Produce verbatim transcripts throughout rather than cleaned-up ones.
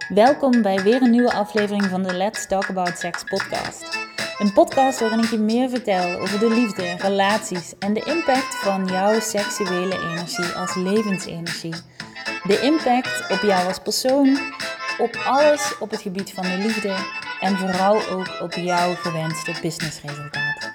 Welkom bij weer een nieuwe aflevering van de Let's Talk About Sex podcast. Een podcast waarin ik je meer vertel over de liefde, relaties en de impact van jouw seksuele energie als levensenergie. De impact op jou als persoon, op alles op het gebied van de liefde en vooral ook op jouw gewenste businessresultaten.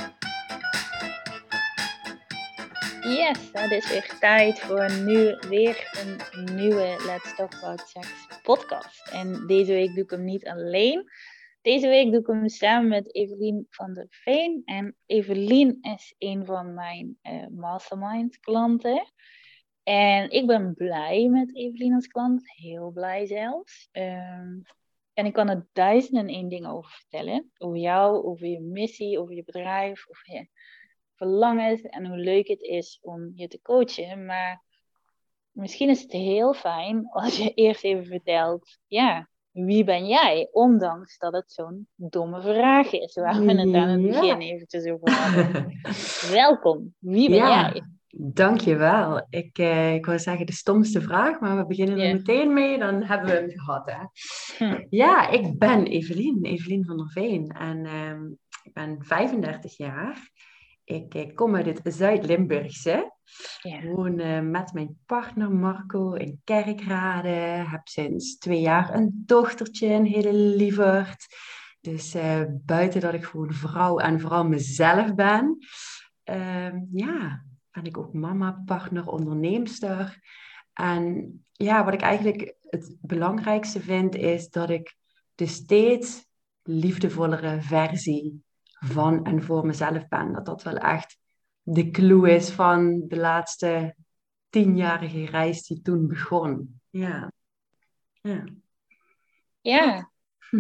Yes, het is weer tijd voor nu weer een nieuwe Let's Talk About Sex podcast. En deze week doe ik hem niet alleen. Deze week doe ik hem samen met Evelien van der Veen. En Evelien is een van mijn uh, mastermind klanten. En ik ben blij met Evelien als klant. Heel blij zelfs. Um, en ik kan er duizend en één dingen over vertellen. Over jou, over je missie, over je bedrijf, over je verlangens en hoe leuk het is om je te coachen. Maar misschien is het heel fijn als je eerst even vertelt, ja, wie ben jij? Ondanks dat het zo'n domme vraag is, waar we het aan het Ja. begin eventjes over hadden. Welkom, wie ben Ja, jij? dankjewel. Ik, eh, ik wou zeggen de stomste vraag, maar we beginnen er Ja. meteen mee, dan hebben we hem gehad. Hè? Hm. Ja, ik ben Evelien, Evelien van der Veen en ehm, ik ben vijfendertig jaar. Ik, ik kom uit het Zuid-Limburgse. Ja. Woon uh, met mijn partner Marco in Kerkrade. Heb sinds twee jaar een dochtertje, een hele lieverd. Dus uh, buiten dat ik gewoon vrouw en vooral mezelf ben, uh, ja, ben ik ook mama, partner, onderneemster. En ja, wat ik eigenlijk het belangrijkste vind, is dat ik de steeds liefdevollere versie van en voor mezelf ben. Dat dat wel echt de clue is van de laatste tienjarige reis die toen begon. Ja. Ja. Ja.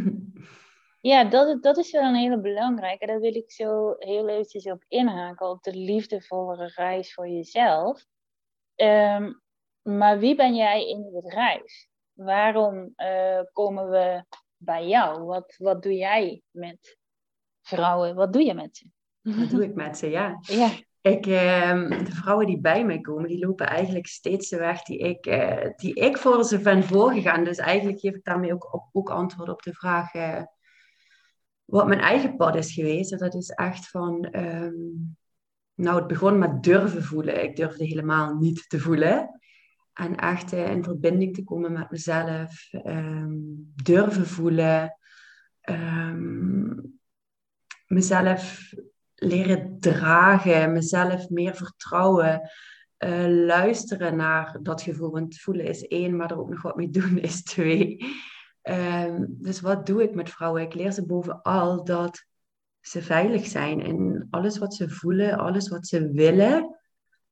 Ja, dat, dat is wel een hele belangrijke. Daar wil ik zo heel eventjes op inhaken, op de liefdevollere reis voor jezelf. Um, maar wie ben jij in het bedrijf? Waarom uh, komen we bij jou? Wat, wat doe jij met vrouwen? Wat doe je met ze? Wat doe ik met ze? Ja. Ja. Ik, uh, de vrouwen die bij mij komen, die lopen eigenlijk steeds de weg die ik, uh, die ik voor ze ben voorgegaan. Dus eigenlijk geef ik daarmee ook, op, ook antwoord op de vraag uh, wat mijn eigen pad is geweest. En dat is echt van, um, nou het begon met durven voelen. Ik durfde helemaal niet te voelen. En echt uh, in verbinding te komen met mezelf. Um, durven voelen. Um, mezelf leren dragen, mezelf meer vertrouwen, uh, luisteren naar dat gevoel. Want voelen is één, maar er ook nog wat mee doen is twee. Um, dus wat doe ik met vrouwen? Ik leer ze bovenal dat ze veilig zijn in alles wat ze voelen, alles wat ze willen.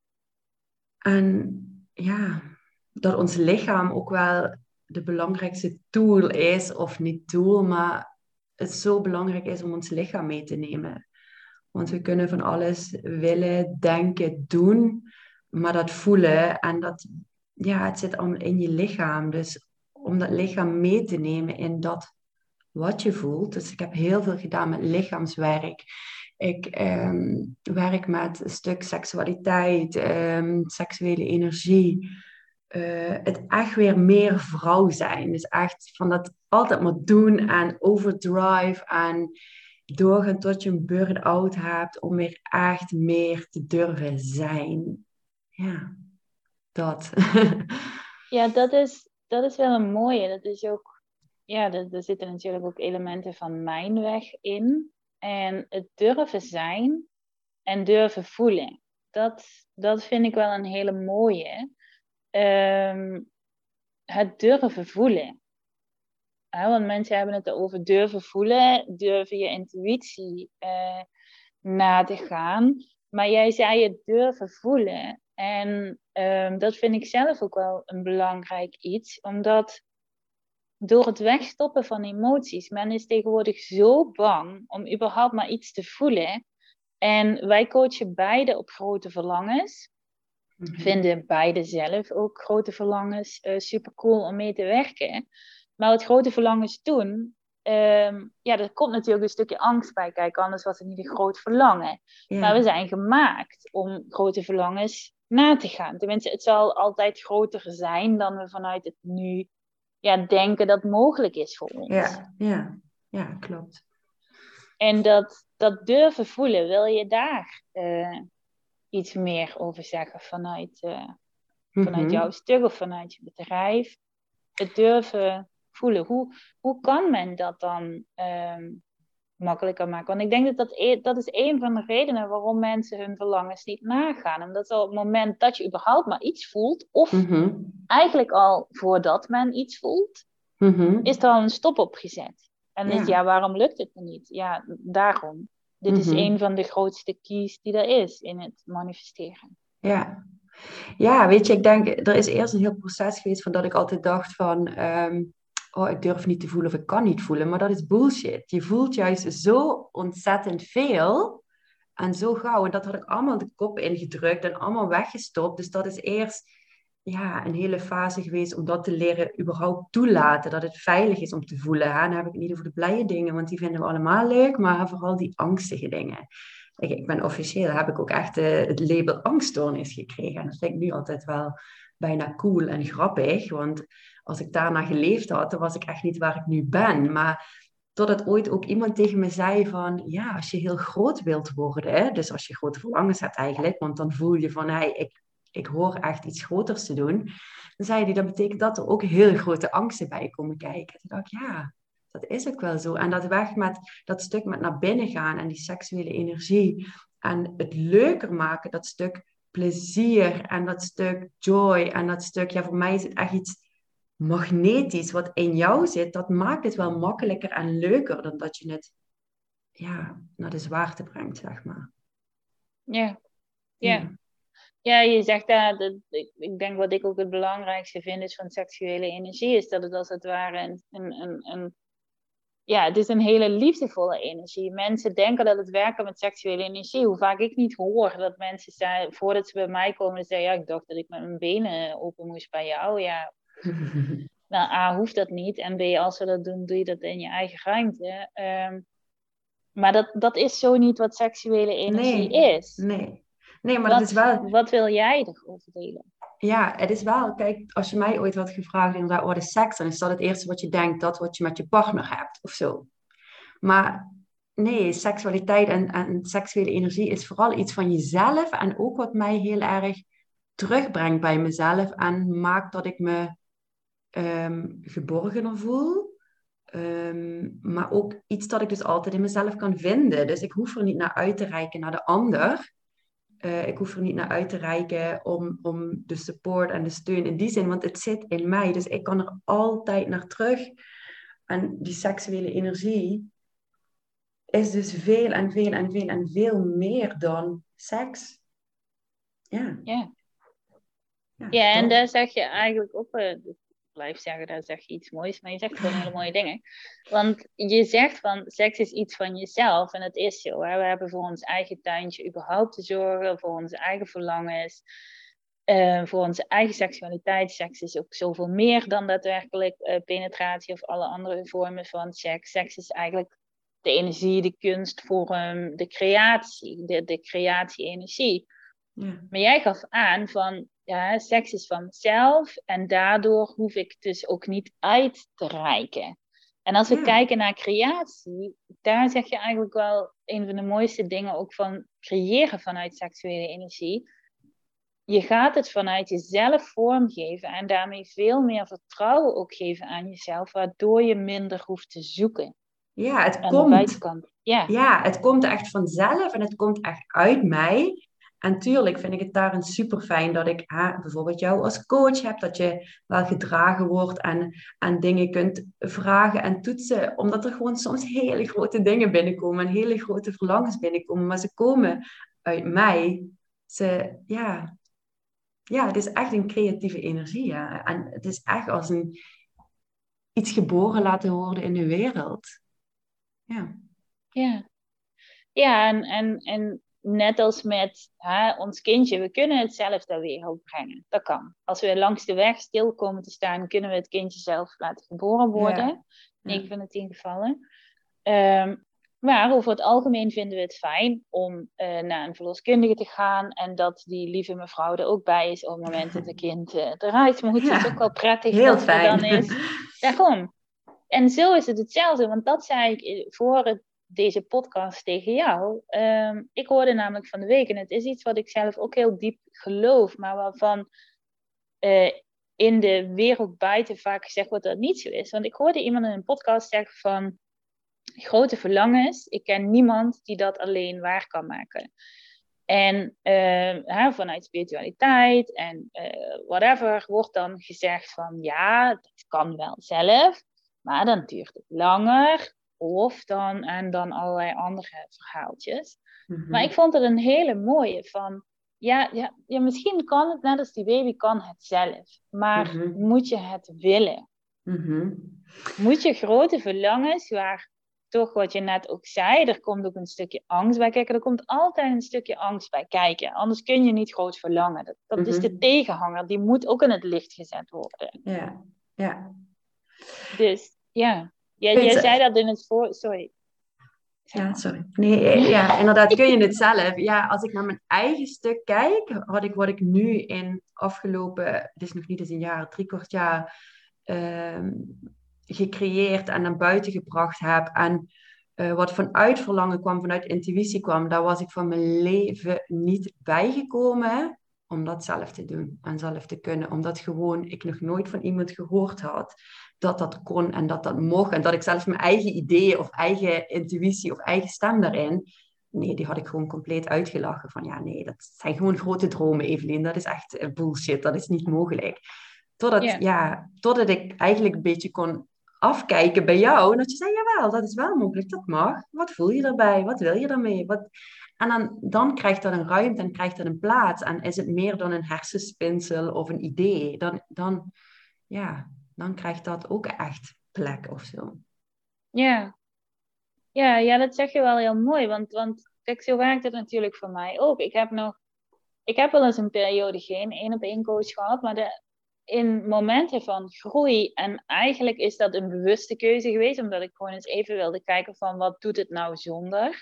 En ja, dat ons lichaam ook wel de belangrijkste tool is, of niet tool, maar het zo belangrijk is om ons lichaam mee te nemen. Want we kunnen van alles willen, denken, doen, maar dat voelen en dat, ja, het zit allemaal in je lichaam. Dus om dat lichaam mee te nemen in dat wat je voelt. Dus ik heb heel veel gedaan met lichaamswerk. Ik um, werk met een stuk seksualiteit, um, seksuele energie. Uh, het echt weer meer vrouw zijn. Dus echt van dat altijd maar doen en overdrive en doorgaan tot je een burn-out hebt om weer echt meer te durven zijn. Ja, dat. Ja, dat is, dat is wel een mooie. Dat is ook, ja, er, er zitten natuurlijk ook elementen van mijn weg in. En het durven zijn en durven voelen. Dat, dat vind ik wel een hele mooie. Um, het durven voelen. Ja, want mensen hebben het over durven voelen, durven je intuïtie uh, na te gaan. Maar jij zei het durven voelen. En um, dat vind ik zelf ook wel een belangrijk iets. Omdat door het wegstoppen van emoties, men is tegenwoordig zo bang om überhaupt maar iets te voelen. En wij coachen beide op grote verlangens. Mm-hmm. Vinden beide zelf ook grote verlangens uh, super cool om mee te werken. Maar het grote verlangens doen, um, ja, er komt natuurlijk een stukje angst bij kijken, anders was het niet een groot verlangen. Yeah. Maar we zijn gemaakt om grote verlangens na te gaan. Tenminste, het zal altijd groter zijn dan we vanuit het nu ja, denken dat mogelijk is voor ons. Ja, ja, ja, klopt. En dat, dat durven voelen, wil je daar uh, iets meer over zeggen vanuit, uh, vanuit Mm-hmm. jouw stuk of vanuit je bedrijf? Het durven voelen. Hoe, hoe kan men dat dan um, makkelijker maken? Want ik denk dat dat, e- dat is een van de redenen waarom mensen hun verlangens niet nagaan. Omdat op het moment dat je überhaupt maar iets voelt, of Mm-hmm. eigenlijk al voordat men iets voelt, mm-hmm. is er al een stop op gezet. En Ja. dus ja, waarom lukt het me niet? Ja, daarom. Dit mm-hmm. is een van de grootste keys die er is in het manifesteren. Ja. Ja, weet je, ik denk, er is eerst een heel proces geweest van dat ik altijd dacht van, um, oh, ik durf niet te voelen of ik kan niet voelen. Maar dat is bullshit. Je voelt juist zo ontzettend veel en zo gauw. En dat had ik allemaal de kop ingedrukt en allemaal weggestopt. Dus dat is eerst ja, een hele fase geweest om dat te leren überhaupt toelaten. Dat het veilig is om te voelen. Hè? Dan heb ik het niet over de blije dingen, want die vinden we allemaal leuk. Maar vooral die angstige dingen. Ik, ik ben officieel, heb ik ook echt uh, het label angststoornis gekregen. En dat vind ik nu altijd wel bijna cool en grappig. Want als ik daarna geleefd had, dan was ik echt niet waar ik nu ben. Maar totdat ooit ook iemand tegen me zei van... Ja, als je heel groot wilt worden... Dus als je grote verlangens hebt eigenlijk... Want dan voel je van... Hey, ik, ik hoor echt iets groters te doen. Dan zei hij, dat betekent dat er ook heel grote angsten bij komen kijken. En toen dacht ik, ja... Dat is ook wel zo. En dat weg met dat stuk met naar binnen gaan en die seksuele energie. En het leuker maken, dat stuk plezier en dat stuk joy. En dat stuk, ja, voor mij is het echt iets magnetisch wat in jou zit. Dat maakt het wel makkelijker en leuker dan dat je het ja, naar de zwaarte brengt, zeg maar. Ja, ja. Ja, je zegt dat, dat ik, ik denk wat ik ook het belangrijkste vind is van seksuele energie, is dat het als het ware een, een, een, een ja, het is een hele liefdevolle energie. Mensen denken dat het werken met seksuele energie, hoe vaak ik niet hoor dat mensen zeggen, voordat ze bij mij komen, zeggen, ja, ik dacht dat ik met mijn benen open moest bij jou. Ja, nou, A, hoeft dat niet. En B, als we dat doen, doe je dat in je eigen ruimte. Um, maar dat, dat is zo niet wat seksuele energie nee, is. Nee, nee maar wat, dat is wel... Wat wil jij erover delen? Ja, het is wel, kijk, als je mij ooit had gevraagd inderdaad, wat is seks? Dan is dat het eerste wat je denkt, dat wat je met je partner hebt, of zo. Maar nee, seksualiteit en, en seksuele energie is vooral iets van jezelf. En ook wat mij heel erg terugbrengt bij mezelf. En maakt dat ik me um, geborgener voel. Um, maar ook iets dat ik dus altijd in mezelf kan vinden. Dus ik hoef er niet naar uit te reiken naar de ander. Uh, ik hoef er niet naar uit te reiken om, om de support en de steun in die zin. Want het zit in mij. Dus ik kan er altijd naar terug. En die seksuele energie is dus veel en veel en veel en veel meer dan seks. Ja. Ja, ja, ja en daar zeg je eigenlijk ook, uh, ik blijf zeggen, daar zeg je iets moois, maar je zegt gewoon hele mooie dingen. Want je zegt van, seks is iets van jezelf en het is zo. Hè? We hebben voor ons eigen tuintje überhaupt te zorgen, voor onze eigen verlangens, uh, voor onze eigen seksualiteit. Seks is ook zoveel meer dan daadwerkelijk uh, penetratie of alle andere vormen van seks. Seks is eigenlijk de energie, de kunstvorm, de creatie, de, de creatie-energie. Ja. Maar jij gaf aan van, ja, seks is van mezelf en daardoor hoef ik dus ook niet uit te reiken. En als we ja. kijken naar creatie, daar zeg je eigenlijk wel een van de mooiste dingen ook van creëren vanuit seksuele energie. Je gaat het vanuit jezelf vormgeven en daarmee veel meer vertrouwen ook geven aan jezelf, waardoor je minder hoeft te zoeken. Ja, het komt. Ja. ja, het komt echt vanzelf en het komt echt uit mij. En tuurlijk vind ik het daarin super fijn dat ik ha, bijvoorbeeld jou als coach heb, dat je wel gedragen wordt en, en dingen kunt vragen en toetsen. Omdat er gewoon soms hele grote dingen binnenkomen en hele grote verlangens binnenkomen. Maar ze komen uit mij. Ze, ja, ja, het is echt een creatieve energie. Ja. En het is echt als een iets geboren laten worden in de wereld. Ja. Ja, ja en, en, en net als met hè, ons kindje, we kunnen het zelf ter wereld brengen. Dat kan. Als we langs de weg stil komen te staan, kunnen we het kindje zelf laten geboren worden. Ja. negen van de tien gevallen. Um, maar over het algemeen vinden we het fijn om uh, naar een verloskundige te gaan. En dat die lieve mevrouw er ook bij is op het moment dat het kind uh, eruit moet. Ja. Het is ook wel prettig Heel dat fijn. er dan is. Daarom. En zo is het hetzelfde, want dat zei ik voor het, deze podcast tegen jou. Um, ik hoorde namelijk van de week, en het is iets wat ik zelf ook heel diep geloof, maar waarvan uh, in de wereld buiten vaak gezegd wordt dat het niet zo is. Want ik hoorde iemand in een podcast zeggen van grote verlangens. Ik ken niemand die dat alleen waar kan maken. En uh, hè, vanuit spiritualiteit en uh, whatever wordt dan gezegd van ja, dat kan wel zelf, maar dan duurt het langer. Of dan, en dan allerlei andere verhaaltjes. Mm-hmm. Maar ik vond het een hele mooie van, ja, ja, ja, misschien kan het, net als die baby, kan het zelf. Maar mm-hmm. moet je het willen? Mm-hmm. Moet je grote verlangens, waar toch wat je net ook zei, er komt ook een stukje angst bij kijken. Er komt altijd een stukje angst bij kijken. Anders kun je niet groot verlangen. Dat, dat mm-hmm. is de tegenhanger. Die moet ook in het licht gezet worden. Ja, ja. Dus, ja. Jij, jij zei dat in het voor... Sorry. Ja, sorry. Nee, ja, inderdaad, kun je het zelf. Ja, als ik naar mijn eigen stuk kijk, had ik wat ik nu in afgelopen, het is nog niet eens een jaar, drie kwart jaar, uh, gecreëerd en naar buiten gebracht heb. En uh, wat vanuit verlangen kwam, vanuit intuïtie kwam, daar was ik van mijn leven niet bijgekomen om dat zelf te doen en zelf te kunnen. Omdat gewoon ik nog nooit van iemand gehoord had dat dat kon en dat dat mocht. En dat ik zelfs mijn eigen ideeën of eigen intuïtie of eigen stem daarin, nee, die had ik gewoon compleet uitgelachen. Van ja, nee, dat zijn gewoon grote dromen, Evelien. Dat is echt bullshit, dat is niet mogelijk. Totdat, yeah. ja, totdat ik eigenlijk een beetje kon afkijken bij jou. En dat je zei, jawel, dat is wel mogelijk, dat mag. Wat voel je daarbij? Wat wil je daarmee? Wat... En dan, dan krijgt dat een ruimte en krijgt dat een plaats. En is het meer dan een hersenspinsel of een idee. Dan, dan, ja, dan krijgt dat ook echt plek of zo. Ja. Ja, ja, dat zeg je wel heel mooi. Want, want kijk, zo werkt het natuurlijk voor mij ook. Ik heb nog, ik heb wel eens een periode geen één-op-één coach gehad. Maar de, in momenten van groei, en eigenlijk is dat een bewuste keuze geweest. Omdat ik gewoon eens even wilde kijken van wat doet het nou zonder.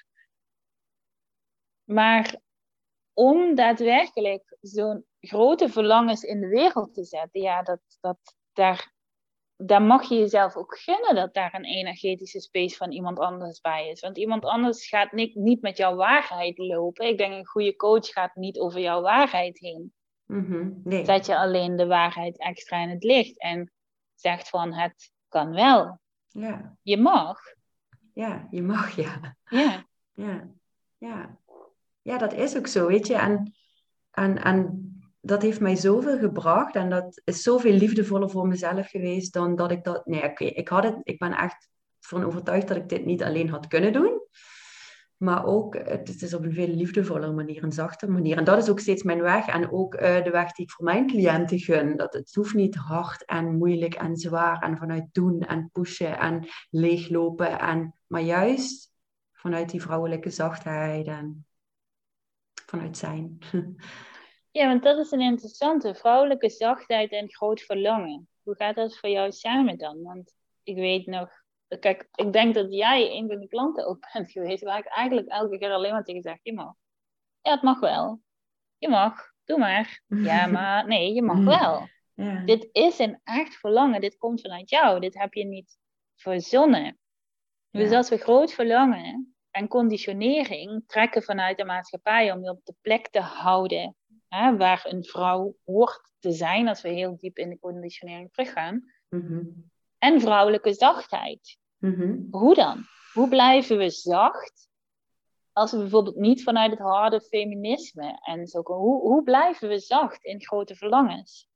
Maar om daadwerkelijk zo'n grote verlangens in de wereld te zetten, ja, dat, dat, daar, daar mag je jezelf ook gunnen dat daar een energetische space van iemand anders bij is. Want iemand anders gaat niet, niet met jouw waarheid lopen. Ik denk een goede coach gaat niet over jouw waarheid heen. Mm-hmm, nee. Zet je alleen de waarheid extra in het licht en zegt van het kan wel. Ja. Je mag. Ja, je mag, ja. Ja. Ja, ja. Ja, dat is ook zo, weet je. En, en, en dat heeft mij zoveel gebracht. En dat is zoveel liefdevoller voor mezelf geweest dan dat ik dat... Nee, oké, okay, ik had het... Ik ben echt van overtuigd dat ik dit niet alleen had kunnen doen. Maar ook, het is op een veel liefdevollere manier, een zachte manier. En dat is ook steeds mijn weg. En ook uh, de weg die ik voor mijn cliënten gun. Dat het hoeft niet hard en moeilijk en zwaar. En vanuit doen en pushen en leeglopen. En, maar juist vanuit die vrouwelijke zachtheid en vanuit zijn. Ja, want dat is een interessante. Vrouwelijke zachtheid en groot verlangen. Hoe gaat dat voor jou samen dan? Want ik weet nog... Kijk, ik denk dat jij een van die klanten ook bent geweest, waar ik eigenlijk elke keer alleen maar tegen zeg, je mag. Ja, het mag wel. Je mag. Doe maar. Ja, maar nee, je mag wel. Ja. Dit is een echt verlangen. Dit komt vanuit jou. Dit heb je niet verzonnen. Dus ja. Als we groot verlangen en conditionering trekken vanuit de maatschappij om je op de plek te houden, hè, waar een vrouw hoort te zijn, als we heel diep in de conditionering teruggaan, mm-hmm. en vrouwelijke zachtheid. Mm-hmm. Hoe dan? Hoe blijven we zacht als we bijvoorbeeld niet vanuit het harde feminisme en zo komen? Hoe, hoe blijven we zacht in grote verlangens?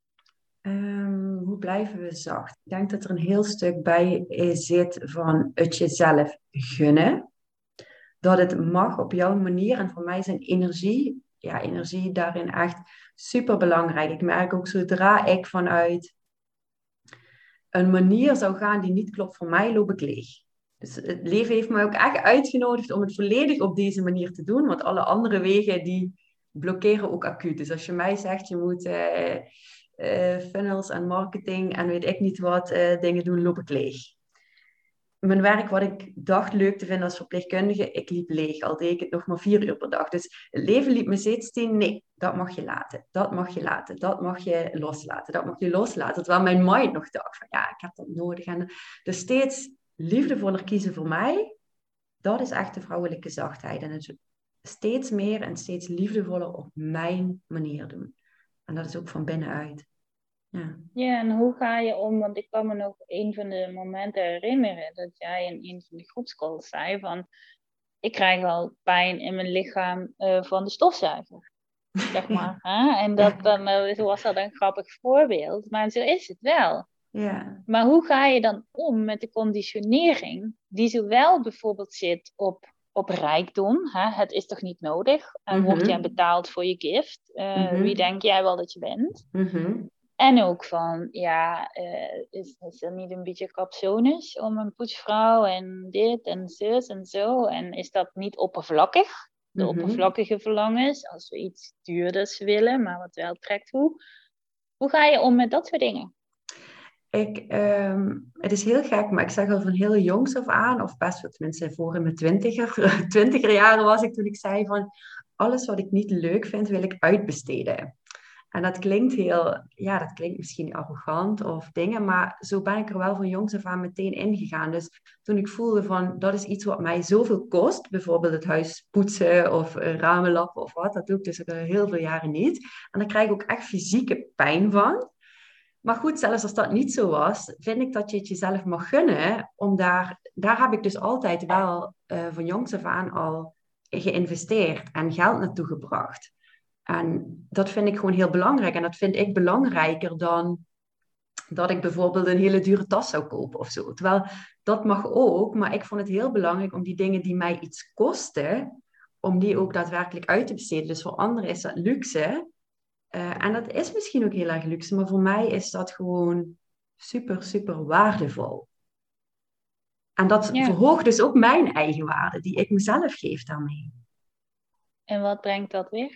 Um, hoe blijven we zacht? Ik denk dat er een heel stuk bij zit van het jezelf gunnen. Dat het mag op jouw manier. En voor mij is een energie, ja, energie daarin echt super belangrijk. Ik merk ook zodra ik vanuit een manier zou gaan die niet klopt voor mij, loop ik leeg. Dus het leven heeft mij ook echt uitgenodigd om het volledig op deze manier te doen. Want alle andere wegen die blokkeren ook acuut. Dus als je mij zegt, je moet uh, uh, funnels en marketing en weet ik niet wat uh, dingen doen, loop ik leeg. mijn werk wat ik dacht leuk te vinden als verpleegkundige, ik liep leeg. Al deed ik het nog maar vier uur per dag. Dus het leven liep me steeds tegen, nee, dat mag je laten. Dat mag je laten. Dat mag je loslaten. Dat mag je loslaten. Terwijl mijn mind nog dacht van, ja, ik heb dat nodig. En dus steeds liefdevoller kiezen voor mij, dat is echt de vrouwelijke zachtheid. En het steeds meer en steeds liefdevoller op mijn manier doen. En dat is ook van binnenuit. Ja. Ja, en hoe ga je om? Want ik kan me nog een van de momenten herinneren dat jij in een van de groepscalls zei van, ik krijg al pijn in mijn lichaam uh, van de stofzuiger, zeg maar. Hè? En dat dan, uh, was dat een grappig voorbeeld, maar zo is het wel. Ja. Maar hoe ga je dan om met de conditionering die zowel bijvoorbeeld zit op, op rijkdom? Hè? Het is toch niet nodig? En Mm-hmm. word jij betaald voor je gift? Uh, mm-hmm. Wie denk jij wel dat je bent? Mm-hmm. En ook van, ja, uh, is, is er niet een beetje capsonisch om een poetsvrouw en dit en zus en zo? En is dat niet oppervlakkig? De Mm-hmm. oppervlakkige verlangens, als we iets duurders willen, maar wat wel trekt hoe. Hoe ga je om met dat soort dingen? Ik, um, het is heel gek, maar ik zeg al van heel jongs af aan, of best wel tenminste voor in mijn twintiger, twintiger jaren was ik toen ik zei van, alles wat ik niet leuk vind, wil ik uitbesteden. En dat klinkt heel, ja, dat klinkt misschien arrogant of dingen, maar zo ben ik er wel van jongs af aan meteen ingegaan. Dus toen ik voelde van, dat is iets wat mij zoveel kost, bijvoorbeeld het huis poetsen of ramen lappen of wat, dat doe ik dus al heel veel jaren niet. En daar krijg ik ook echt fysieke pijn van. Maar goed, zelfs als dat niet zo was, vind ik dat je het jezelf mag gunnen. Om daar, daar heb ik dus altijd wel uh, van jongs af aan al geïnvesteerd en geld naartoe gebracht. En dat vind ik gewoon heel belangrijk. En dat vind ik belangrijker dan dat ik bijvoorbeeld een hele dure tas zou kopen of zo. Terwijl dat mag ook, maar ik vond het heel belangrijk om die dingen die mij iets kosten, om die ook daadwerkelijk uit te besteden. Dus voor anderen is dat luxe. Uh, en dat is misschien ook heel erg luxe, maar voor mij is dat gewoon super, super waardevol. En dat ja. verhoogt dus ook mijn eigen waarde, die ik mezelf geef daarmee. En wat brengt dat weer?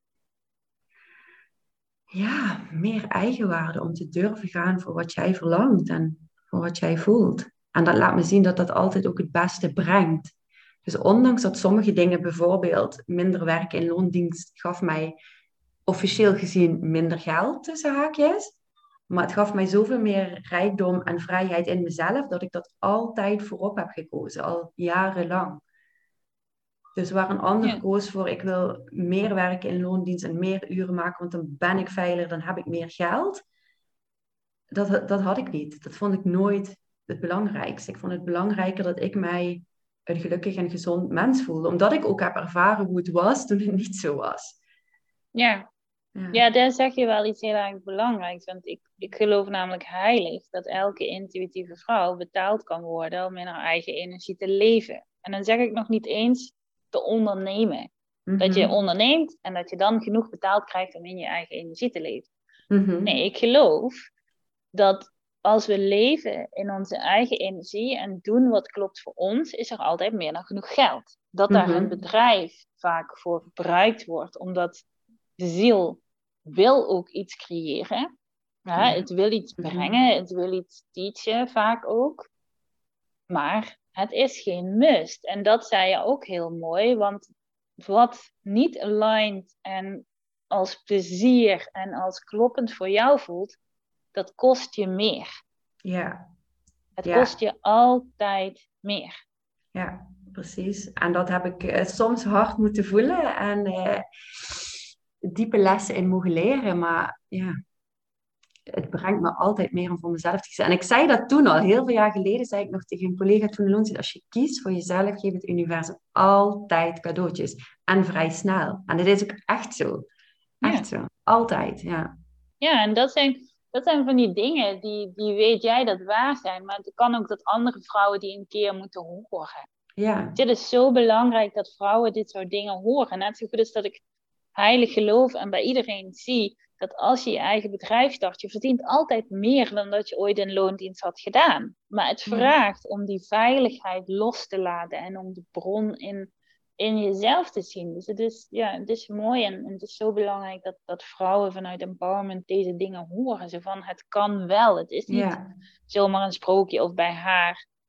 Ja, meer eigenwaarde om te durven gaan voor wat jij verlangt en voor wat jij voelt. En dat laat me zien dat dat altijd ook het beste brengt. Dus ondanks dat sommige dingen, bijvoorbeeld minder werken in loondienst, gaf mij officieel gezien minder geld tussen haakjes. Maar het gaf mij zoveel meer rijkdom en vrijheid in mezelf, dat ik dat altijd voorop heb gekozen, al jarenlang. Dus waar een ander ja. koos voor, ik wil meer werken in loondienst en meer uren maken, want dan ben ik veiliger, dan heb ik meer geld. Dat, dat had ik niet. Dat vond ik nooit het belangrijkste. Ik vond het belangrijker dat ik mij een gelukkig en gezond mens voelde. Omdat ik ook heb ervaren hoe het was toen het niet zo was. Ja, ja. ja daar zeg je wel iets heel erg belangrijks. Want ik, ik geloof namelijk heilig dat elke intuïtieve vrouw betaald kan worden om in haar eigen energie te leven. En dan zeg ik nog niet eens te ondernemen. Mm-hmm. Dat je onderneemt en dat je dan genoeg betaald krijgt om in je eigen energie te leven. Mm-hmm. Nee, ik geloof dat als we leven in onze eigen energie en doen wat klopt voor ons, is er altijd meer dan genoeg geld. Dat daar mm-hmm. het bedrijf vaak voor gebruikt wordt, omdat de ziel wil ook iets creëren. Ja, ja. Het wil iets brengen, mm-hmm. het wil iets teachen vaak ook. Maar het is geen must. En dat zei je ook heel mooi, want wat niet aligned en als plezier en als kloppend voor jou voelt, dat kost je meer. Ja. Het ja. kost je altijd meer. Ja, precies. En dat heb ik uh, soms hard moeten voelen en uh, diepe lessen in mogen leren. Maar ja, het brengt me altijd meer om voor mezelf te kiezen. En ik zei dat toen al, heel veel jaar geleden, zei ik nog tegen een collega toen in Loon, als je kiest voor jezelf, geeft het universum altijd cadeautjes. En vrij snel. En dat is ook echt zo. Echt ja. zo. Altijd, ja. Ja, en dat zijn... Dat zijn van die dingen, die, die weet jij dat waar zijn. Maar het kan ook dat andere vrouwen die een keer moeten horen. Ja. Het is zo belangrijk dat vrouwen dit soort dingen horen. Net zo goed is dat ik heilig geloof en bij iedereen zie dat als je je eigen bedrijf start, je verdient altijd meer dan dat je ooit in loondienst had gedaan. Maar het vraagt ja. om die veiligheid los te laten en om de bron in... in jezelf te zien. Dus het is, ja, het is mooi en, en het is zo belangrijk dat, dat vrouwen vanuit empowerment deze dingen horen. Zo van, het kan wel. Het is niet ja. zomaar een sprookje of bij haar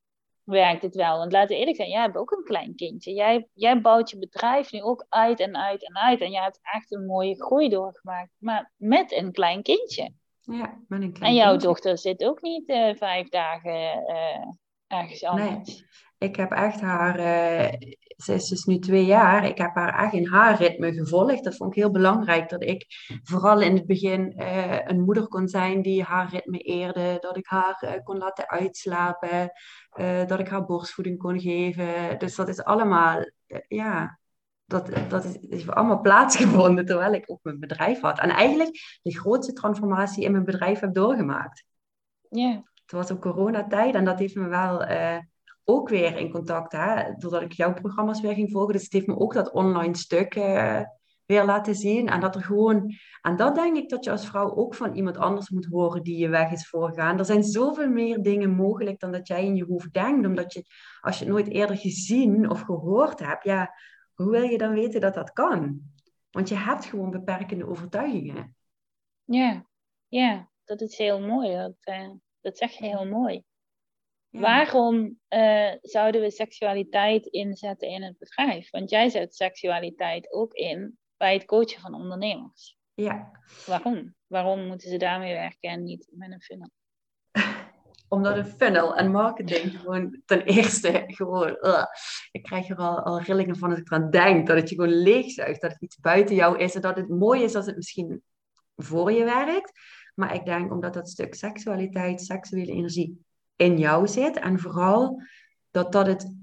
werkt het wel. Want laten we eerlijk zijn, jij hebt ook een klein kindje. Jij, jij bouwt je bedrijf nu ook uit en uit en uit. En je hebt echt een mooie groei doorgemaakt. Maar met een klein kindje. Ja, met een En klein jouw kindje. dochter zit ook niet uh, vijf dagen uh, ergens anders. Nee, ik heb echt haar... Uh, ze is dus nu twee jaar. Ik heb haar echt in haar ritme gevolgd. Dat vond ik heel belangrijk. Dat ik vooral in het begin uh, een moeder kon zijn die haar ritme eerde. Dat ik haar uh, kon laten uitslapen. Uh, dat ik haar borstvoeding kon geven. Dus dat is allemaal... Uh, ja, dat, dat is, is allemaal plaatsgevonden terwijl ik ook mijn bedrijf had. En eigenlijk de grootste transformatie in mijn bedrijf heb doorgemaakt. Ja. Yeah. Het was ook coronatijd en dat heeft me wel uh, ook weer in contact, hè, doordat ik jouw programma's weer ging volgen. Dus het heeft me ook dat online stuk uh, weer laten zien. En dat er gewoon, en dat denk ik dat je als vrouw ook van iemand anders moet horen die je weg is voorgaan. Er zijn zoveel meer dingen mogelijk dan dat jij in je hoofd denkt. Omdat je, als je het nooit eerder gezien of gehoord hebt, ja, hoe wil je dan weten dat dat kan? Want je hebt gewoon beperkende overtuigingen. Ja, ja, dat is heel mooi. Dat, uh, dat zeg je heel mooi. Ja. Waarom uh, zouden we seksualiteit inzetten in het bedrijf? Want jij zet seksualiteit ook in bij het coachen van ondernemers. Ja. Waarom? Waarom moeten ze daarmee werken en niet met een funnel? Omdat een funnel en marketing gewoon ten eerste gewoon... Uh, ik krijg er al, al rillingen van als ik eraan denk. Dat het je gewoon leegzuigt. Dat het iets buiten jou is. En dat het mooi is als het misschien voor je werkt. Maar ik denk omdat dat stuk seksualiteit, seksuele energie in jou zit. En vooral dat dat het...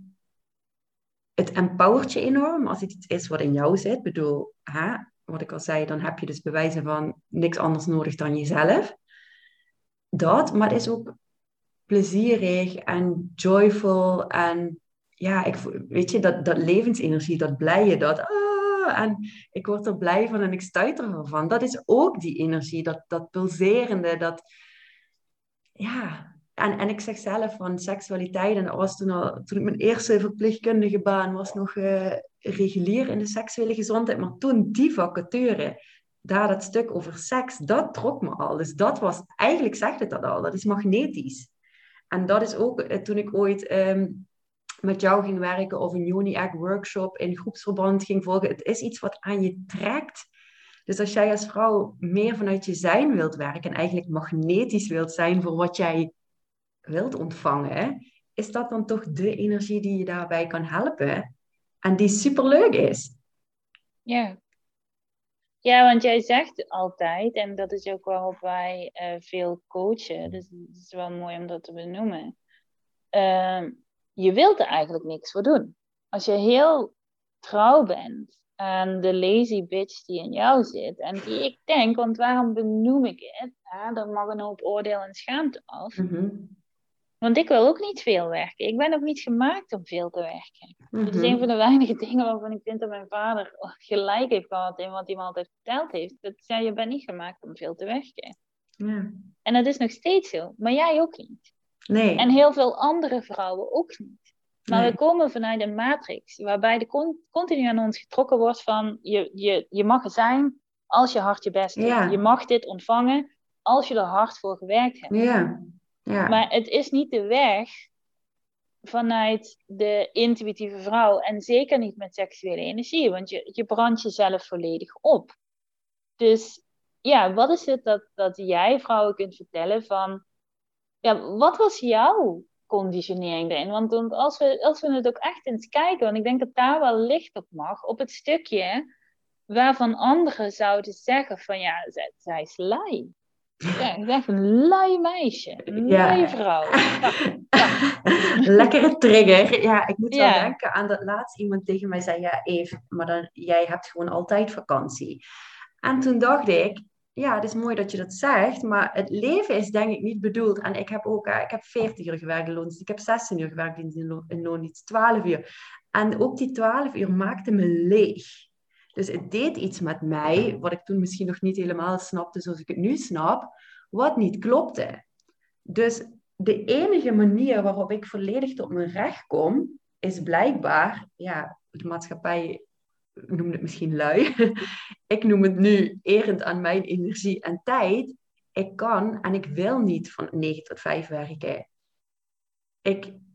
Het empowert je enorm als het iets is wat in jou zit. Ik bedoel, hè, wat ik al zei, dan heb je dus bewijzen van niks anders nodig dan jezelf. Dat, maar het is ook plezierig en joyful en ja, ik, weet je, dat, dat levensenergie, dat blije, dat ah, en ik word er blij van en ik stuit er van. Dat is ook die energie, dat, dat pulserende, dat ja, en, en ik zeg zelf van seksualiteit en dat was toen al, toen ik mijn eerste verpleegkundige baan was nog uh, regulier in de seksuele gezondheid, maar toen die vacature, daar dat stuk over seks, dat trok me al. Dus dat was, eigenlijk zegt het dat al, dat is magnetisch. En dat is ook uh, toen ik ooit um, met jou ging werken of een Yoni Egg workshop in groepsverband ging volgen. Het is iets wat aan je trekt. Dus als jij als vrouw meer vanuit je zijn wilt werken en eigenlijk magnetisch wilt zijn voor wat jij wilt ontvangen, is dat dan toch de energie die je daarbij kan helpen en die superleuk is. Ja. Ja, want jij zegt altijd, en dat is ook waarop wij uh, veel coachen, dus het is wel mooi om dat te benoemen. Uh, je wilt er eigenlijk niks voor doen. Als je heel trouw bent aan de lazy bitch die in jou zit, en die ik denk, want waarom benoem ik het? Ja, er mag een hoop oordeel en schaamte af. Mm-hmm. Want ik wil ook niet veel werken. Ik ben ook niet gemaakt om veel te werken. Mm-hmm. Dat is een van de weinige dingen waarvan ik vind dat mijn vader gelijk heeft gehad in wat hij me altijd verteld heeft. Dat zei, je bent niet gemaakt om veel te werken. Ja. En dat is nog steeds zo. Maar jij ook niet. Nee. En heel veel andere vrouwen ook niet. Maar nee. we komen vanuit een matrix waarbij er continu aan ons getrokken wordt van je, je, je mag er zijn als je hard je best doet. Ja. Je mag dit ontvangen als je er hard voor gewerkt hebt. Ja. Ja. Maar het is niet de weg vanuit de intuïtieve vrouw. En zeker niet met seksuele energie. Want je, je brandt jezelf volledig op. Dus ja, wat is het dat, dat jij vrouwen kunt vertellen van... Ja, wat was jouw conditionering erin? Want, want als, we, als we het ook echt eens kijken... Want ik denk dat daar wel licht op mag. Op het stukje waarvan anderen zouden zeggen van... Ja, zij, zij is lui. Ja, ik ben een lui meisje. Een ja. lui vrouw. Ja. Ja. Lekkere trigger. Ja, ik moet Ja. wel denken aan dat laatst iemand tegen mij zei... Ja, Eve, maar dan, jij hebt gewoon altijd vakantie. En toen dacht ik... Ja, het is mooi dat je dat zegt, maar het leven is denk ik niet bedoeld. En ik heb ook, ik heb veertig uur gewerkt in loondienst. Ik heb zestien uur gewerkt in loondienst, twaalf uur. En ook die twaalf uur maakte me leeg. Dus het deed iets met mij, wat ik toen misschien nog niet helemaal snapte zoals ik het nu snap, wat niet klopte. Dus de enige manier waarop ik volledig tot mijn recht kom, is blijkbaar, ja, de maatschappij noem het misschien lui. Ik noem het nu erend aan mijn energie en tijd. Ik kan en ik wil niet van negen tot vijf werken. Ik,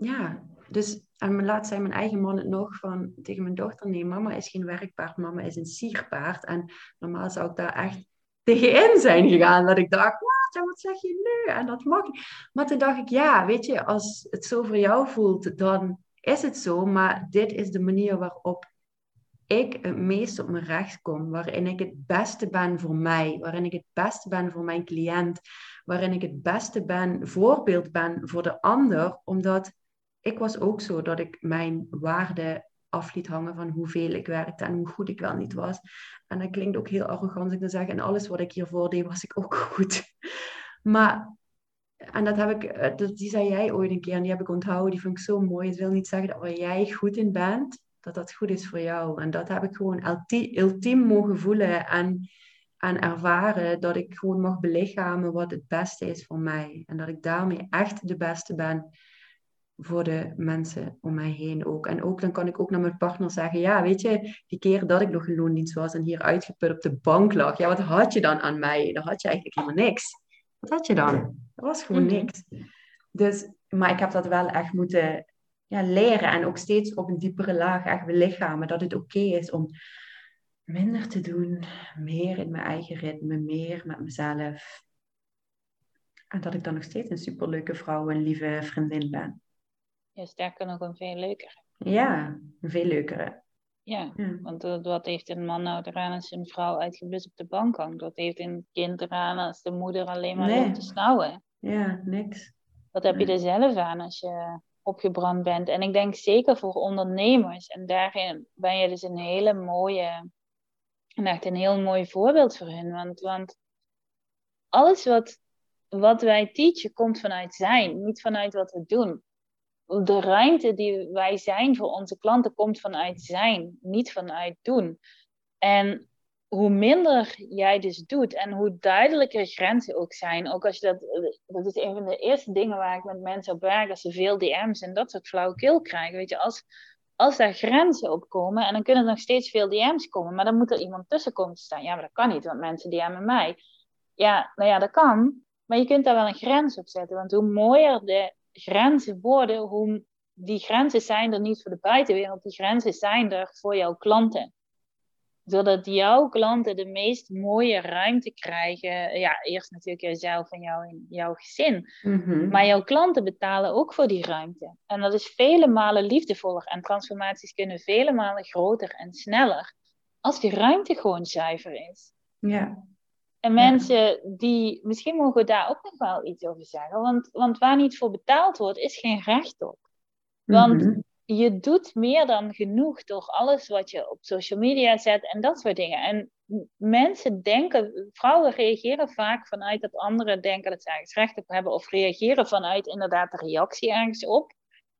ja, dus en laatst zei mijn eigen man het nog van tegen mijn dochter, nee, mama is geen werkpaard, mama is een sierpaard. En normaal zou ik daar echt tegenin zijn gegaan, dat ik dacht, wat, ja, wat zeg je nu? En dat mag niet. Maar toen dacht ik, ja, weet je, als het zo voor jou voelt, dan is het zo. Maar dit is de manier waarop ik het meest op mijn recht kom, waarin ik het beste ben voor mij, waarin ik het beste ben voor mijn cliënt, waarin ik het beste ben, voorbeeld ben voor de ander, omdat ik was ook zo dat ik mijn waarde af liet hangen van hoeveel ik werkte en hoe goed ik wel niet was. En dat klinkt ook heel arrogant als ik dan zeg, en alles wat ik hiervoor deed, was ik ook goed. Maar, en dat heb ik, dat, die zei jij ooit een keer en die heb ik onthouden, die vond ik zo mooi. Het wil niet zeggen dat waar jij goed in bent, dat dat goed is voor jou. En dat heb ik gewoon ulti- ultiem mogen voelen en, en ervaren, dat ik gewoon mag belichamen wat het beste is voor mij. En dat ik daarmee echt de beste ben voor de mensen om mij heen ook. En ook dan kan ik ook naar mijn partner zeggen, ja, weet je, die keer dat ik nog in loondienst was en hier uitgeput op de bank lag, ja, wat had je dan aan mij? Dan had je eigenlijk helemaal niks. Wat had je dan? Dat was gewoon Mhm. niks. Dus, maar ik heb dat wel echt moeten ja, leren en ook steeds op een diepere laag echt belichamen, dat het oké is om minder te doen, meer in mijn eigen ritme, meer met mezelf. En dat ik dan nog steeds een superleuke vrouw en lieve vriendin ben. Ja, sterker nog een veel leuker. Ja, een veel leukere. Ja, Ja. want uh, wat heeft een man nou eraan als een vrouw uitgeblust op de bank hangt? Wat heeft een kind eraan als de moeder alleen maar Nee, loopt te snauwen? ja, niks. Wat heb je Nee. er zelf aan als je opgebrand bent? En ik denk zeker voor ondernemers. En daarin ben je dus een hele mooie, en echt een heel mooi voorbeeld voor hen. Want, want alles wat, wat wij teachen komt vanuit zijn, niet vanuit wat we doen. De ruimte die wij zijn voor onze klanten komt vanuit zijn, niet vanuit doen. En hoe minder jij dus doet en hoe duidelijker grenzen ook zijn, ook als je dat, dat is een van de eerste dingen waar ik met mensen op werk, als ze veel D M's en dat soort flauwekul krijgen, weet je, als, als daar grenzen op komen, en dan kunnen er nog steeds veel D M's komen, maar dan moet er iemand tussen komen te staan. Ja, maar dat kan niet, want mensen D M'en mij. Ja, nou ja, dat kan, maar je kunt daar wel een grens op zetten, want hoe mooier de grenzen worden, hoe die grenzen zijn er niet voor de buitenwereld, die grenzen zijn er voor jouw klanten. Zodat jouw klanten de meest mooie ruimte krijgen. Ja, eerst natuurlijk jezelf en jou, jouw gezin. Mm-hmm. Maar jouw klanten betalen ook voor die ruimte. En dat is vele malen liefdevoller. En transformaties kunnen vele malen groter en sneller. Als die ruimte gewoon zuiver is. Ja. En mensen die, misschien mogen we daar ook nog wel iets over zeggen. Want, want waar niet voor betaald wordt, is geen recht op. Want Mm-hmm. je doet meer dan genoeg door alles wat je op social media zet en dat soort dingen. En mensen denken, vrouwen reageren vaak vanuit dat anderen denken dat ze ergens recht op hebben. Of reageren vanuit inderdaad de reactie ergens op.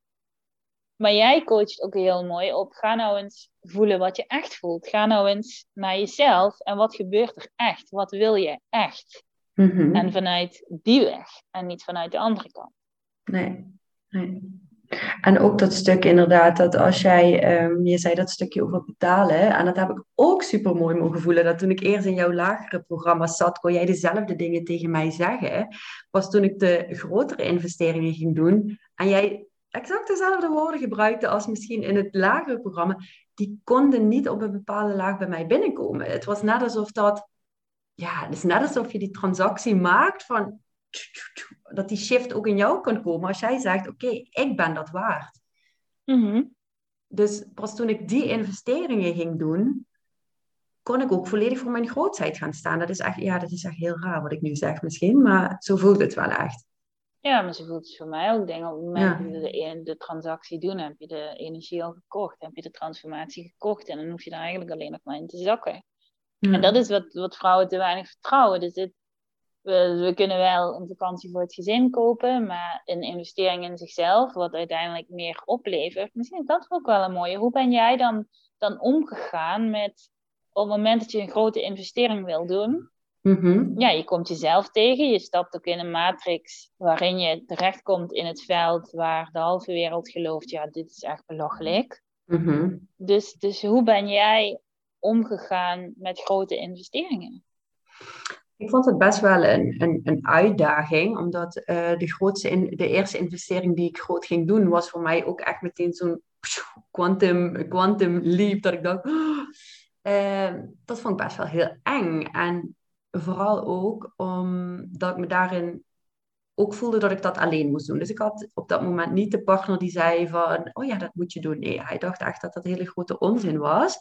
Maar jij coacht ook heel mooi op, ga nou eens voelen wat je echt voelt. Ga nou eens naar jezelf en wat gebeurt er echt? Wat wil je echt? Mm-hmm. En vanuit die weg en niet vanuit de andere kant. Nee, nee. En ook dat stuk inderdaad, dat als jij, um, je zei dat stukje over betalen, en dat heb ik ook super mooi mogen voelen, dat toen ik eerst in jouw lagere programma's zat, kon jij dezelfde dingen tegen mij zeggen. Pas toen ik de grotere investeringen ging doen, en jij exact dezelfde woorden gebruikte als misschien in het lagere programma, die konden niet op een bepaalde laag bij mij binnenkomen. Het was net alsof dat, ja, het is net alsof je die transactie maakt van dat die shift ook in jou kan komen als jij zegt, oké, okay, ik ben dat waard. Mm-hmm. Dus pas toen ik die investeringen ging doen, kon ik ook volledig voor mijn grootheid gaan staan. Dat is echt, ja, dat is echt heel raar wat ik nu zeg misschien, maar zo voelt het wel echt. Ja, maar zo voelt het voor mij ook. Ik denk op het moment Ja. dat we de, de transactie doen, heb je de energie al gekocht, heb je de transformatie gekocht en dan hoef je er eigenlijk alleen nog maar in te zakken. Ja. En dat is wat, wat vrouwen te weinig vertrouwen. Dus dit, we, we kunnen wel een vakantie voor het gezin kopen, maar een investering in zichzelf, wat uiteindelijk meer oplevert, misschien is dat ook wel een mooie. Hoe ben jij dan, dan omgegaan met, op het moment dat je een grote investering wil doen, Mm-hmm. ja, je komt jezelf tegen, je stapt ook in een matrix waarin je terechtkomt in het veld waar de halve wereld gelooft, ja, dit is echt belachelijk. Mm-hmm. Dus, dus hoe ben jij omgegaan met grote investeringen? Ik vond het best wel een, een, een uitdaging, omdat uh, de, grootste in, de eerste investering die ik groot ging doen, was voor mij ook echt meteen zo'n quantum, quantum leap, dat ik dacht, oh, uh, dat vond ik best wel heel eng. En vooral ook omdat ik me daarin ook voelde dat ik dat alleen moest doen. Dus ik had op dat moment niet de partner die zei van, oh ja, dat moet je doen. Nee, hij dacht echt dat dat hele grote onzin was.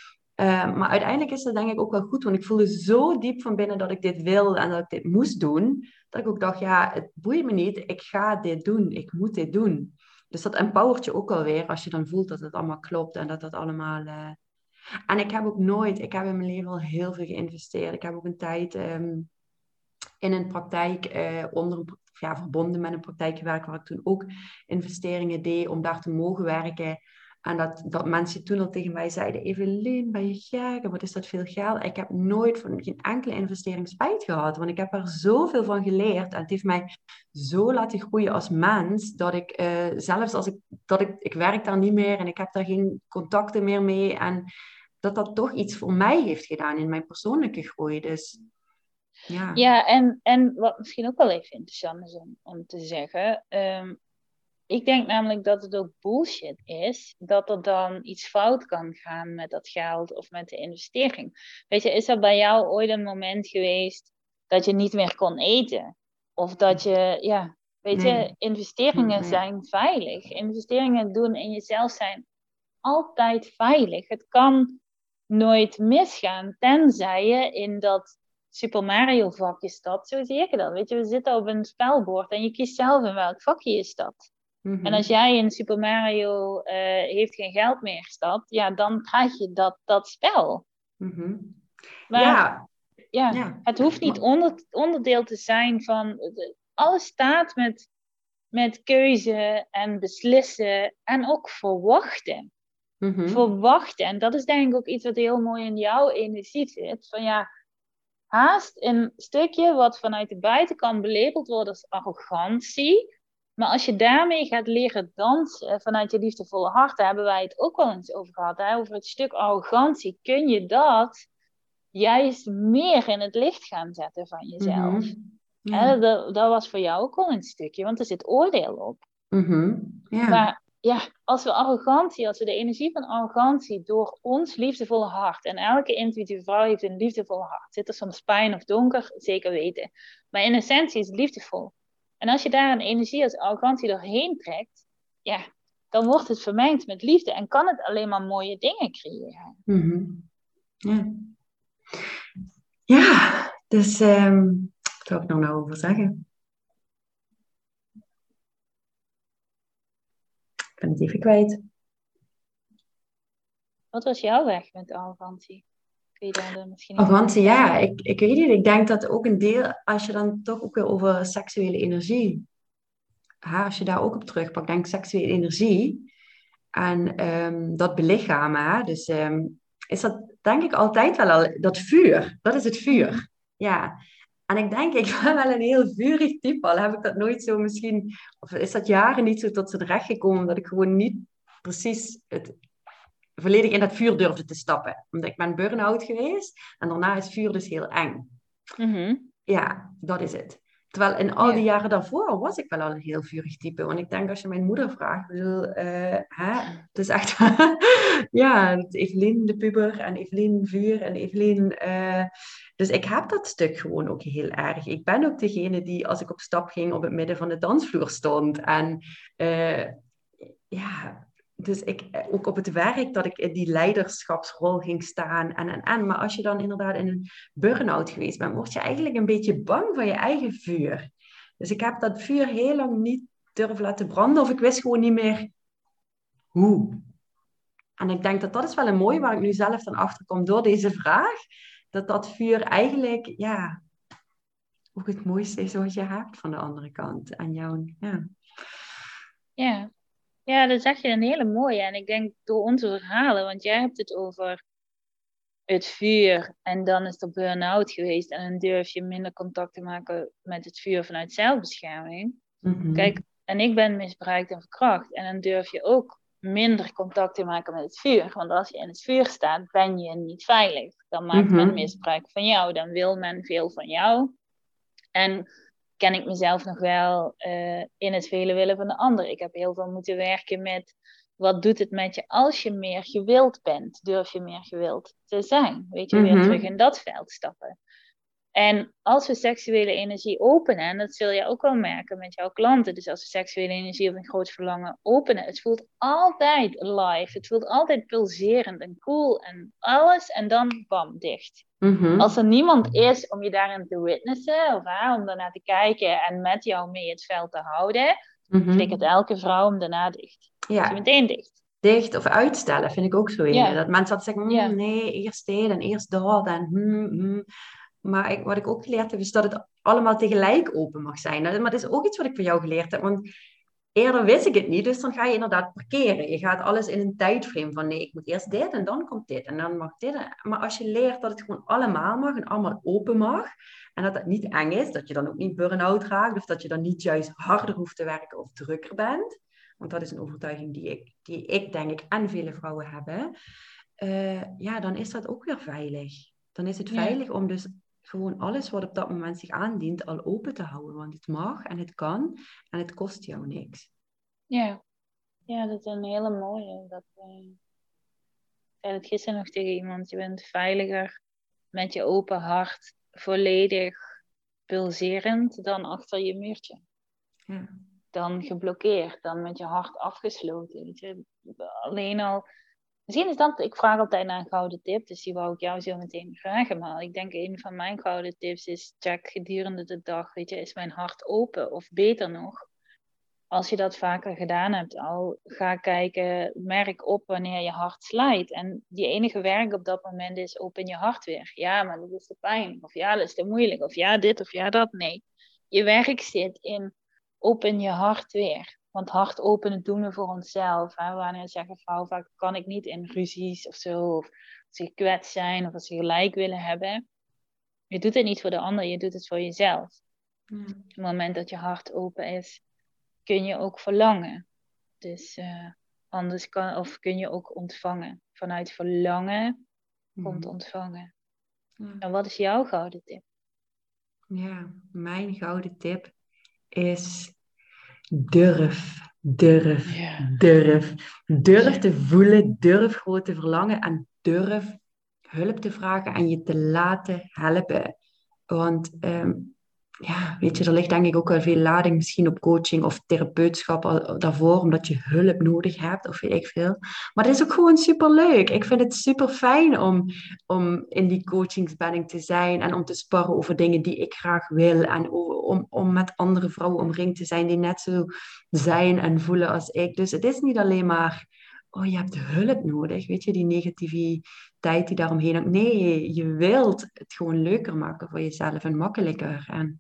Uh, maar uiteindelijk is dat denk ik ook wel goed, want ik voelde zo diep van binnen dat ik dit wil en dat ik dit moest doen, dat ik ook dacht, ja, het boeit me niet, ik ga dit doen, ik moet dit doen. Dus dat empowert je ook alweer als je dan voelt dat het allemaal klopt en dat dat allemaal... Uh... En ik heb ook nooit, ik heb in mijn leven al heel veel geïnvesteerd. Ik heb ook een tijd um, in een praktijk, uh, onder een, ja, verbonden met een praktijk gewerkt, waar ik toen ook investeringen deed om daar te mogen werken. En dat, dat mensen toen al tegen mij zeiden, Evelien, ben je gek? Wat is dat veel geld? Ik heb nooit van geen enkele investering spijt gehad. Want ik heb er zoveel van geleerd. En het heeft mij zo laten groeien als mens. Dat ik, uh, zelfs als ik, dat ik, ik werk daar niet meer. En ik heb daar geen contacten meer mee. En dat dat toch iets voor mij heeft gedaan in mijn persoonlijke groei. Dus ja. Ja, en, en wat misschien ook wel even interessant is om, om te zeggen... Um, Ik denk namelijk dat het ook bullshit is dat er dan iets fout kan gaan met dat geld of met de investering. Weet je, is er bij jou ooit een moment geweest dat je niet meer kon eten? Of dat je, ja, weet Nee. je, investeringen Nee. zijn veilig. Investeringen doen in jezelf zijn altijd veilig. Het kan nooit misgaan, tenzij je in dat Super Mario vakje stapt. Zo zie ik het dan. Weet je, we zitten op een spelbord en je kiest zelf in welk vakje je stapt. Mm-hmm. En als jij in Super Mario uh, heeft geen geld meer stapt, ja, dan krijg je dat, dat spel. Mm-hmm. Maar ja. Ja, ja, het hoeft niet onder, onderdeel te zijn van... Alles staat met, met keuze en beslissen en ook verwachten. Mm-hmm. Verwachten. En dat is denk ik ook iets wat heel mooi in jouw energie zit. Van ja, haast een stukje wat vanuit de buitenkant belabeld wordt als arrogantie... Maar als je daarmee gaat leren dansen vanuit je liefdevolle hart, daar hebben wij het ook wel eens over gehad, hè? Over het stuk arrogantie, kun je dat juist meer in het licht gaan zetten van jezelf. Mm-hmm. Ja. Hè, dat, dat was voor jou ook al een stukje, want er zit oordeel op. Mm-hmm. Ja. Maar ja, als we arrogantie, als we de energie van arrogantie door ons liefdevolle hart, en elke intuïtieve vrouw heeft een liefdevolle hart, zit er soms pijn of donker, zeker weten. Maar in essentie is het liefdevol. En als je daar een energie als arrogantie doorheen trekt, ja, dan wordt het vermengd met liefde en kan het alleen maar mooie dingen creëren. Mm-hmm. Ja. Ja, dus um, wat zou ik er nou over zeggen? Ik ben het even kwijt. Wat was jouw weg met arrogantie? Kun je daar misschien arrogantie, ja, ik, ik weet niet. Ik denk dat ook een deel, als je dan toch ook weer over seksuele energie, ha, als je daar ook op terugpakt, denk ik seksuele energie en um, dat belichamen, hè, dus um, is dat denk ik altijd wel al, dat vuur, dat is het vuur, ja. En ik denk, ik ben wel een heel vurig type, al heb ik dat nooit zo misschien, of is dat jaren niet zo tot z'n recht gekomen, dat ik gewoon niet precies het volledig in dat vuur durfde te stappen. Omdat ik ben burn-out geweest en daarna is vuur dus heel eng. Mm-hmm. Ja, dat is het. Terwijl in al die ja. jaren daarvoor was ik wel al een heel vurig type. Want ik denk als je mijn moeder vraagt, bedoel, uh, hè, het is echt, ja, Evelien de puber en Evelien vuur en Evelien... Uh, dus ik heb dat stuk gewoon ook heel erg. Ik ben ook degene die, als ik op stap ging, op het midden van de dansvloer stond. En uh, ja... Dus ik, ook op het werk, dat ik in die leiderschapsrol ging staan. En, en, en. Maar als je dan inderdaad in een burn-out geweest bent, word je eigenlijk een beetje bang van je eigen vuur. Dus ik heb dat vuur heel lang niet durven laten branden. Of ik wist gewoon niet meer hoe. En ik denk dat dat is wel een mooi waar ik nu zelf dan achter kom door deze vraag. Dat dat vuur eigenlijk, ja, ook het mooiste is wat je hebt van de andere kant. En jouw, ja. Ja. Ja, dat zeg je een hele mooie. En ik denk door onze verhalen, want jij hebt het over het vuur en dan is er burn-out geweest en dan durf je minder contact te maken met het vuur vanuit zelfbescherming. Mm-hmm. Kijk, en ik ben misbruikt en verkracht en dan durf je ook minder contact te maken met het vuur. Want als je in het vuur staat, ben je niet veilig. Dan maakt men Mhm. misbruik van jou. Dan wil men veel van jou. En ken ik mezelf nog wel uh, in het vele willen van de ander. Ik heb heel veel moeten werken met... Wat doet het met je als je meer gewild bent? Durf je meer gewild te zijn? Weet je, weer Mhm. terug in dat veld stappen. En als we seksuele energie openen, en dat zul je ook wel merken met jouw klanten, dus als we seksuele energie of een groot verlangen openen, het voelt altijd alive, het voelt altijd pulserend en cool en alles, en dan bam, dicht. Mhm. Als er niemand is om je daarin te witnessen, of ah, om daarna te kijken en met jou mee het veld te houden, Mhm. flikkert elke vrouw hem daarna dicht. Ja. Is je meteen dicht. Dicht of uitstellen vind ik ook zo. Ja. Dat mensen altijd zeggen, Ja. mm, nee, eerst dit en eerst dat. En, mm, mm. Maar ik, wat ik ook geleerd heb, is dat het allemaal tegelijk open mag zijn. Maar dat is ook iets wat ik van jou geleerd heb. Want eerder wist ik het niet, dus dan ga je inderdaad parkeren. Je gaat alles in een tijdframe van nee, ik moet eerst dit en dan komt dit en dan mag dit. Maar als je leert dat het gewoon allemaal mag en allemaal open mag en dat het niet eng is, dat je dan ook niet burn-out raakt of dat je dan niet juist harder hoeft te werken of drukker bent. Want dat is een overtuiging die ik, die ik denk ik en vele vrouwen hebben. Uh, ja, dan is dat ook weer veilig. Dan is het veilig ja. om dus gewoon alles wat op dat moment zich aandient al open te houden. Want het mag en het kan en het kost jou niks. Ja, ja, dat is een hele mooie. Dat, uh... Ik zei het gisteren nog tegen iemand. Je bent veiliger met je open hart, volledig pulserend, dan achter je muurtje. Ja. Dan geblokkeerd, dan met je hart afgesloten. Weet je? Alleen al... Misschien is dat... Ik vraag altijd naar een gouden tip, dus die wou ik jou zo meteen vragen. Maar ik denk een van mijn gouden tips is... Check gedurende de dag, weet je, is mijn hart open? Of beter nog, als je dat vaker gedaan hebt al, ga kijken, merk op wanneer je hart slijt. En die enige werk op dat moment is, open je hart weer. Ja, maar dat is te pijn. Of ja, dat is te moeilijk. Of ja, dit of ja, dat. Nee. Je werk zit in, open je hart weer. Want hart openen doen we voor onszelf. Hè? Wanneer zeggen vrouwen vaak, kan ik niet in ruzies of zo. Of als ze gekwetst zijn of als ze gelijk willen hebben. Je doet het niet voor de ander, je doet het voor jezelf. Mm. Op het moment dat je hart open is, kun je ook verlangen. Dus uh, anders kan, of kun je ook ontvangen. Vanuit verlangen komt Mm. ontvangen. Ja. En wat is jouw gouden tip? Ja, mijn gouden tip is durf, durf, ja. durf. Durf ja. te voelen, durf gewoon te verlangen en durf hulp te vragen en je te laten helpen. Want um, ja, weet je, er ligt denk ik ook wel veel lading misschien op coaching of therapeutschap al, daarvoor, omdat je hulp nodig hebt of weet ik veel. Maar het is ook gewoon superleuk. Ik vind het super fijn om, om in die coachingsbedding te zijn en om te sparren over dingen die ik graag wil en om, om met andere vrouwen omringd te zijn die net zo zijn en voelen als ik. Dus het is niet alleen maar, oh, je hebt hulp nodig, weet je, die negativiteit die daaromheen hangt. Nee, je wilt het gewoon leuker maken voor jezelf en makkelijker. En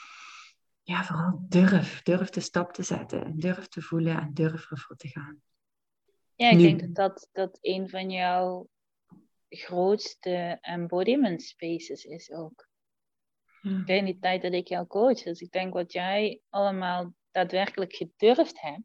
ja, vooral durf, durf de stap te zetten, durf te voelen en durf ervoor te gaan. Ja, ik nu. denk dat, dat dat een van jouw grootste embodiment spaces is ook. Ja. Ik in die tijd dat ik jou coach, dus ik denk wat jij allemaal daadwerkelijk gedurfd hebt.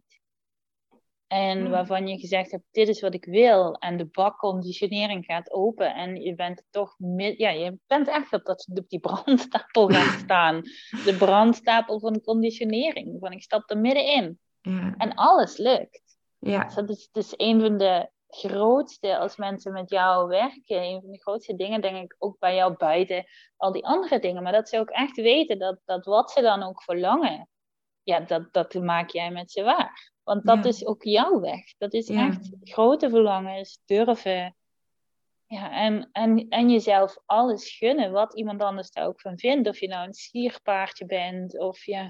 En ja. waarvan je gezegd hebt, dit is wat ik wil. En de bakconditionering gaat open. En je bent toch, mid- ja, je bent echt op, dat, op die brandstapel gaan staan. De brandstapel van de conditionering. Van ik stap er middenin. Ja. En alles lukt. Ja. Dus dat is, het is een van de grootste, als mensen met jou werken, een van de grootste dingen, denk ik, ook bij jou buiten al die andere dingen. Maar dat ze ook echt weten dat, dat wat ze dan ook verlangen, ja, dat, dat maak jij met ze waar. Want dat ja. is ook jouw weg. Dat is ja. echt grote verlangens, durven. Ja, en, en, en jezelf alles gunnen, wat iemand anders daar ook van vindt. Of je nou een sierpaardje bent, of ja.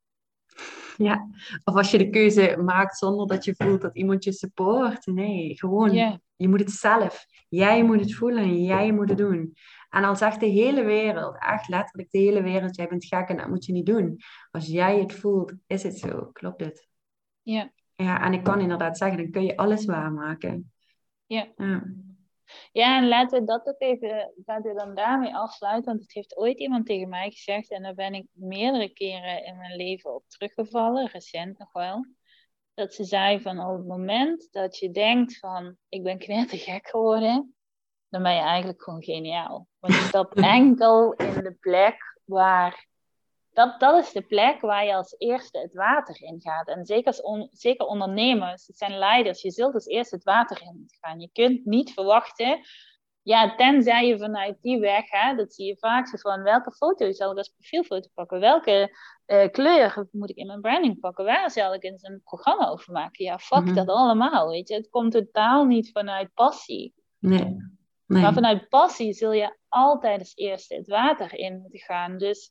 Ja, of als je de keuze maakt zonder dat je voelt dat iemand je support. Nee, gewoon, ja. je moet het zelf. Jij moet het voelen en jij moet het doen. En dan zegt de hele wereld, echt letterlijk de hele wereld, jij bent gek en dat moet je niet doen. Als jij het voelt, is het zo. Klopt het? Ja. Ja, en ik kan inderdaad zeggen, dan kun je alles waarmaken. Ja. Ja. Ja, en laten we dat ook even, laten we dan daarmee afsluiten. Want het heeft ooit iemand tegen mij gezegd, en daar ben ik meerdere keren in mijn leven op teruggevallen, recent nog wel. dat ze zei van op het moment dat je denkt van ik ben knettergek geworden, dan ben je eigenlijk gewoon geniaal. Want je stapt enkel in de plek waar, dat, dat is de plek waar je als eerste het water in gaat. En zeker, als on, zeker ondernemers, het zijn leiders, je zult als eerste het water in moeten gaan. Je kunt niet verwachten, ja, tenzij je vanuit die weg, hè, dat zie je vaak zo van welke foto zal ik als profielfoto pakken, welke uh, kleur moet ik in mijn branding pakken, waar zal ik in een programma over maken. Ja, fuck Mhm. dat allemaal, weet je. Het komt totaal niet vanuit passie. Nee. Nee. Maar vanuit passie zul je altijd als eerste het water in moeten gaan. Dus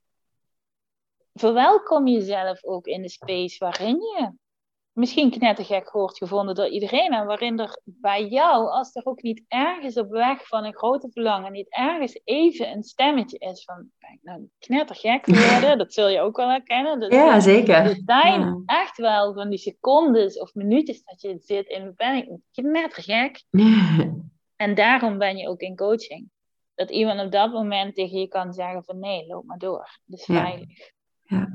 verwelkom jezelf ook in de space waarin je misschien knettergek wordt gevonden door iedereen. En waarin er bij jou, als er ook niet ergens op weg van een grote verlangen, niet ergens even een stemmetje is van, ben ik nou knettergek geworden? Dat zul je ook wel herkennen. Dus Ja, er, zeker. er zijn Ja. echt wel van die secondes of minuutjes dat je zit in, ben ik knettergek? En daarom ben je ook in coaching. Dat iemand op dat moment tegen je kan zeggen van nee, loop maar door. Dat is veilig. Ja.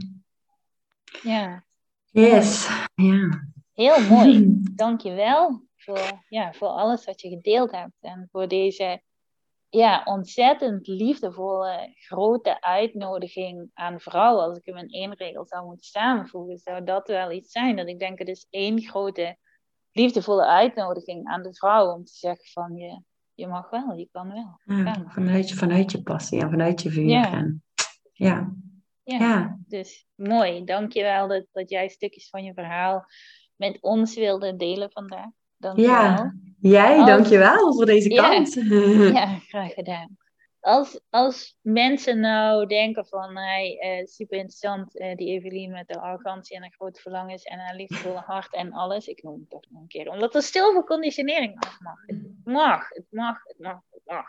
Ja. Yes. Ja. Heel mooi. Dankjewel voor, ja, voor alles wat je gedeeld hebt. En voor deze ja, ontzettend liefdevolle, grote uitnodiging aan vrouwen. Als ik hem in één regel zou moeten samenvoegen, zou dat wel iets zijn. Dat ik denk, het is één grote, liefdevolle uitnodiging aan de vrouw. Om te zeggen van, je, je mag wel, je kan wel. Ja, vanuit, je, vanuit je passie en vanuit je vuur. Ja. En, ja. Ja, ja. Dus mooi. Dankjewel dat, dat jij stukjes van je verhaal met ons wilde delen vandaag. Dankjewel. Ja, jij als, dankjewel voor deze ja, kans. Ja, graag gedaan. Als, als mensen nou denken van, hey, uh, super interessant, uh, die Evelien met de arrogantie en haar grote verlangens en haar liefdevolle hart en alles. Ik noem het toch nog een keer, omdat er stil voor conditionering af mag. Het mag, het mag, het mag, het mag.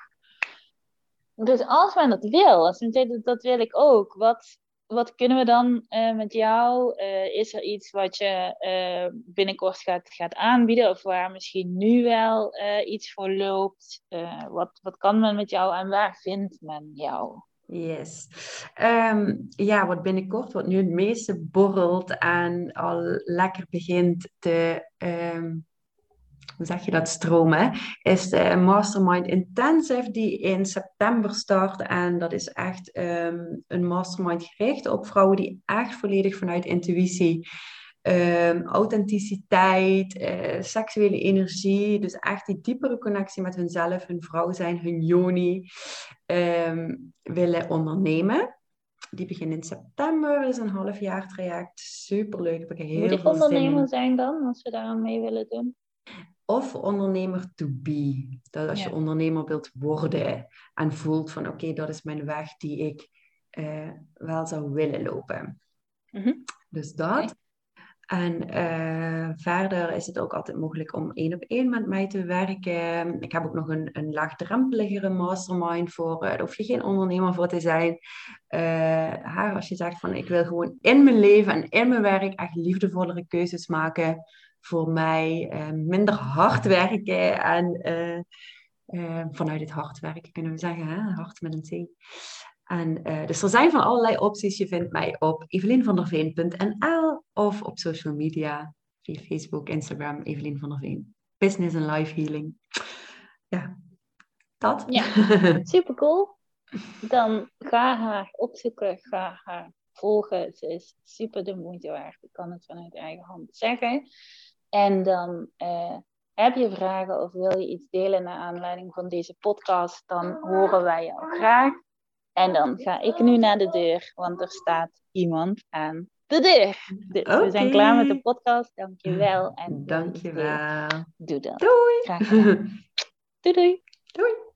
Dus als men dat wil, als men zegt, dat wil ik ook, wat, wat kunnen we dan uh, met jou? Uh, is er iets wat je uh, binnenkort gaat, gaat aanbieden of waar misschien nu wel uh, iets voor loopt? Uh, wat, wat kan men met jou en waar vindt men jou? Yes. Um, ja, wat binnenkort, wat nu het meeste borrelt en al lekker begint te... Um, hoe zeg je dat, stromen, is de Mastermind Intensive die in september start. En dat is echt um, een mastermind gericht op vrouwen die echt volledig vanuit intuïtie, um, authenticiteit, uh, seksuele energie, dus echt die diepere connectie met hunzelf, hun vrouw zijn, hun yoni, um, willen ondernemen. Die begint in september, dat is een half jaar traject. Superleuk, heb ik heel Moet ik veel zin in. ondernemer zijn dan, als we daar aan mee willen doen? Of ondernemer to be. Dat als ja. je ondernemer wilt worden en voelt van oké, okay, dat is mijn weg die ik uh, wel zou willen lopen. Mm-hmm. Dus dat. Okay. En uh, verder is het ook altijd mogelijk om één op één met mij te werken. Ik heb ook nog een, een laagdrempeligere mastermind voor. Uh, daar hoef je geen ondernemer voor te zijn. Uh, als je zegt van ik wil gewoon in mijn leven en in mijn werk echt liefdevollere keuzes maken. Voor mij uh, minder hard werken en uh, uh, vanuit het hard werken kunnen we zeggen, hè? Hard met een T. En, uh, dus er zijn van allerlei opties. Je vindt mij op evelien van der veen punt n l of op social media via Facebook, Instagram, Evelien van der Veen. Business and Life Healing. Ja, dat. Ja, super cool. Dan ga haar opzoeken, ga haar volgen. Ze is super de moeite waard. Ik kan het vanuit eigen hand zeggen. En dan uh, heb je vragen of wil je iets delen naar aanleiding van deze podcast, dan horen wij jou graag. En dan ga ik nu naar de deur, want er staat iemand aan de deur. Dus okay. We zijn klaar met de podcast. Dankjewel. En Dankjewel. Doe dat. Doei. Graag gedaan. Doei doei. Doei.